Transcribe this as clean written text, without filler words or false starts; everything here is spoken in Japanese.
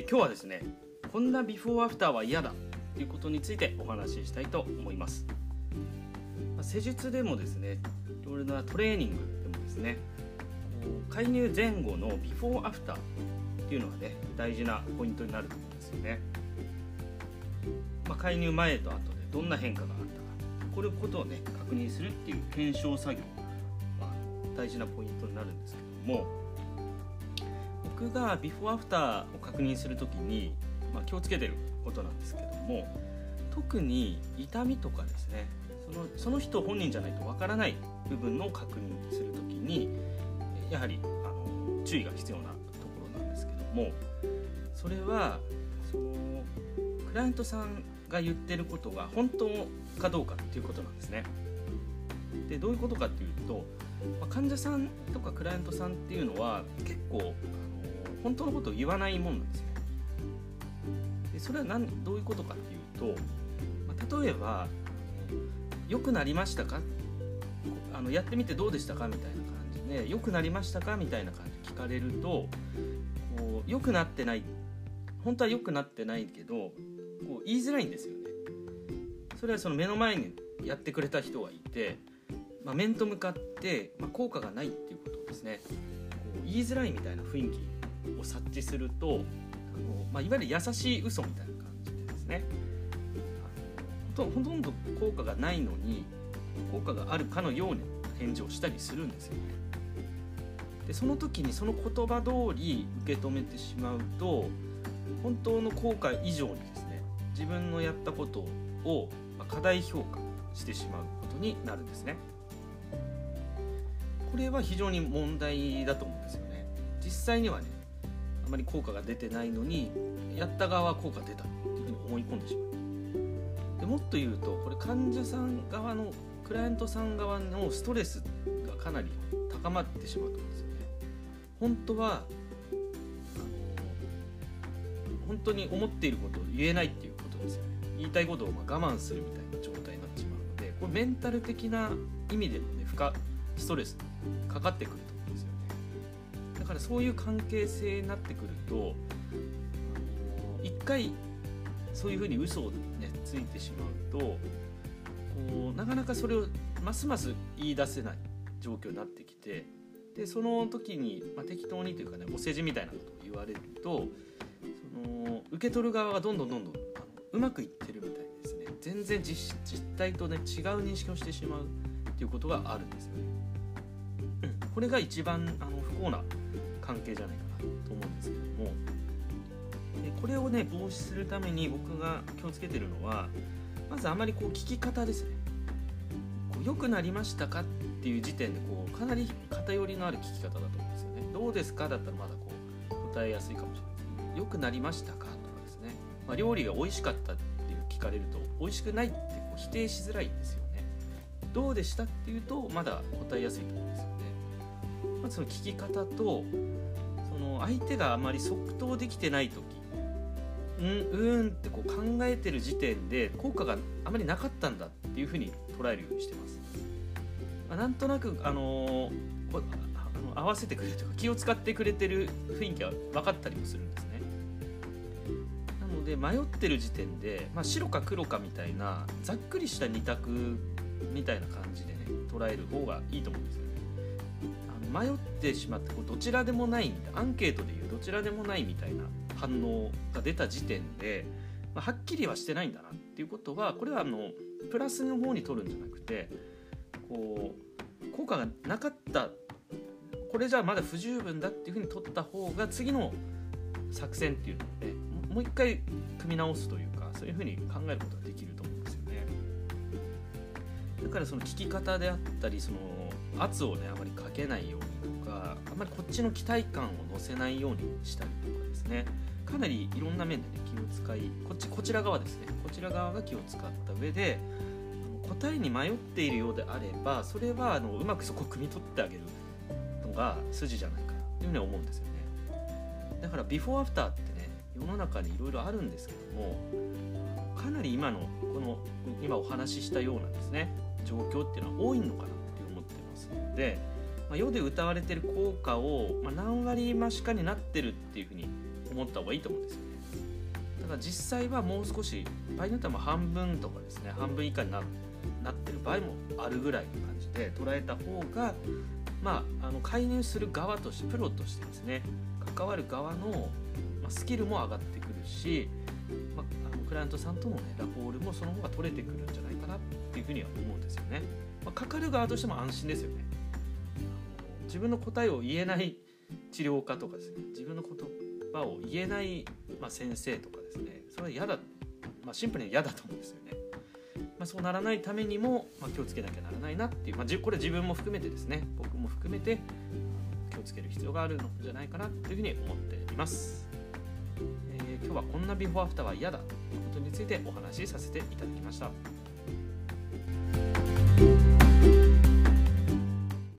今日はですね、こんなビフォーアフターは嫌だということについてお話ししたいと思います。施術でもですね、いろいろなトレーニングでもですね、介入前後のビフォーアフターっていうのがね、大事なポイントになると思うんですよね。介入前と後でどんな変化があったか、これことをね確認するっていう検証作業が大事なポイントになるんですけども、僕がビフォーアフターを確認するときに、気をつけてることなんですけども、特に痛みとかですね、その人本人じゃないとわからない部分の確認するときにやはり注意が必要なところなんですけども、それはクライアントさんが言ってることが本当かどうかっていうことなんですね。で、どういうことかっていうと、患者さんとかクライアントさんっていうのは結構本当のことを言わないもんなんですね。で、それはどういうことかっていうと、例えば良くなりましたか、やってみてどうでしたかみたいな感じで、良くなりましたかみたいな感じで聞かれると、良くなってない、本当は良くなってないけど言いづらいんですよね。それはその目の前にやってくれた人がいて、面と向かって、効果がないっていうことをですね、言いづらいみたいな雰囲気を察知すると、いわゆる優しい嘘みたいな感じでですね、ほとんど効果がないのに効果があるかのように返事をしたりするんですよね。で、その時にその言葉通り受け止めてしまうと、本当の効果以上にですね、自分のやったことを過大評価してしまうことになるんですね。これは非常に問題だと思うんですよね。実際にはね、あまり効果が出てないのに、やった側は効果出たっていうふうに思い込んでしまう。でもっと言うと、これ患者さん側のクライアントさん側のストレスがかなり高まってしまうと思うんですよね。本当は本当に思っていることを言えないっていうことですよね。言いたいことを我慢するみたいな状態になってしまうので、これメンタル的な意味でもね、ストレスかかってくると思うんですよね。だからそういう関係性になってくると、一回そういうふうに嘘をねついてしまうと、なかなかそれをますます言い出せない状況になってきて、でその時に、適当にというかね、お世辞みたいなことを言われると、受け取る側がどんどんうまくいってるみたいですね、全然実態とね違う認識をしてしまうっていうことがあるんですよね。これが一番不幸な関係じゃないかなと思うんですけども、でこれをね防止するために僕が気をつけてるのは、まずあまり聞き方ですね。良くなりましたかっていう時点でかなり偏りのある聞き方だと思うんですよね。どうですかだったらまだ答えやすいかもしれないですけど、良くなりましたかとかですね、料理が美味しかったって聞かれると、美味しくないって否定しづらいんですよね。どうでしたっていうとまだ答えやすいと思うんですよね。まずその聞き方と、その相手があまり即答できてない時、って考えてる時点で効果があまりなかったんだっていうふうに捉えるようにしてます。なんとなく合わせてくれるというか、気を使ってくれてる雰囲気は分かったりもするんですね。なので迷ってる時点で、白か黒かみたいなざっくりした二択みたいな感じでね捉える方がいいと思うんですよね。迷ってしまってどちらでもないみたいな、アンケートでいうどちらでもないみたいな反応が出た時点で、はっきりはしてないんだなっていうことは、これはプラスの方に取るんじゃなくて、効果がなかった、これじゃまだ不十分だっていうふうに取った方が、次の作戦っていうのをねもう一回組み直すというか、そういうふうに考えることができると思うんですよね。だからその聞き方であったり、その圧をねあまりかけないようにとか、あまりこっちの期待感を乗せないようにしたりとかですね、かなりいろんな面で、ね、気を使い、こちら側ですね、こちら側が気を使った上で、答えに迷っているようであれば、それはうまくそこを汲み取ってあげるのが筋じゃないかなというふうに思うんですよね。だからビフォーアフターってね、世の中にいろいろあるんですけども、かなり今お話ししたようなですね状況っていうのは多いのかなって思ってますので、世で謳われている効果を何割増しかになってるっていうふうに思った方がいいと思うんですよね。 だ実際はもう少し場合によっては半分とかですね、半分以下になってる場合もあるぐらいの感じで捉えた方が、介入する側としてプロとしてですね、関わる側のスキルも上がってくるし、クライアントさんとの、ラポールもその方が取れてくるんじゃないかなっていうふうには思うんですよね。かかる側としても安心ですよね。自分の答えを言えない治療家とかですね、自分の言葉を言えない、先生とかですね、それは嫌だ、シンプルに嫌だと思うんですよね。そうならないためにも、気をつけなきゃならないなっていう、これ自分も含めてですね、僕も含めて気をつける必要があるのじゃないかなというふうに思っています。今日はこんなビフォーアフターは嫌だということについてお話しさせていただきました。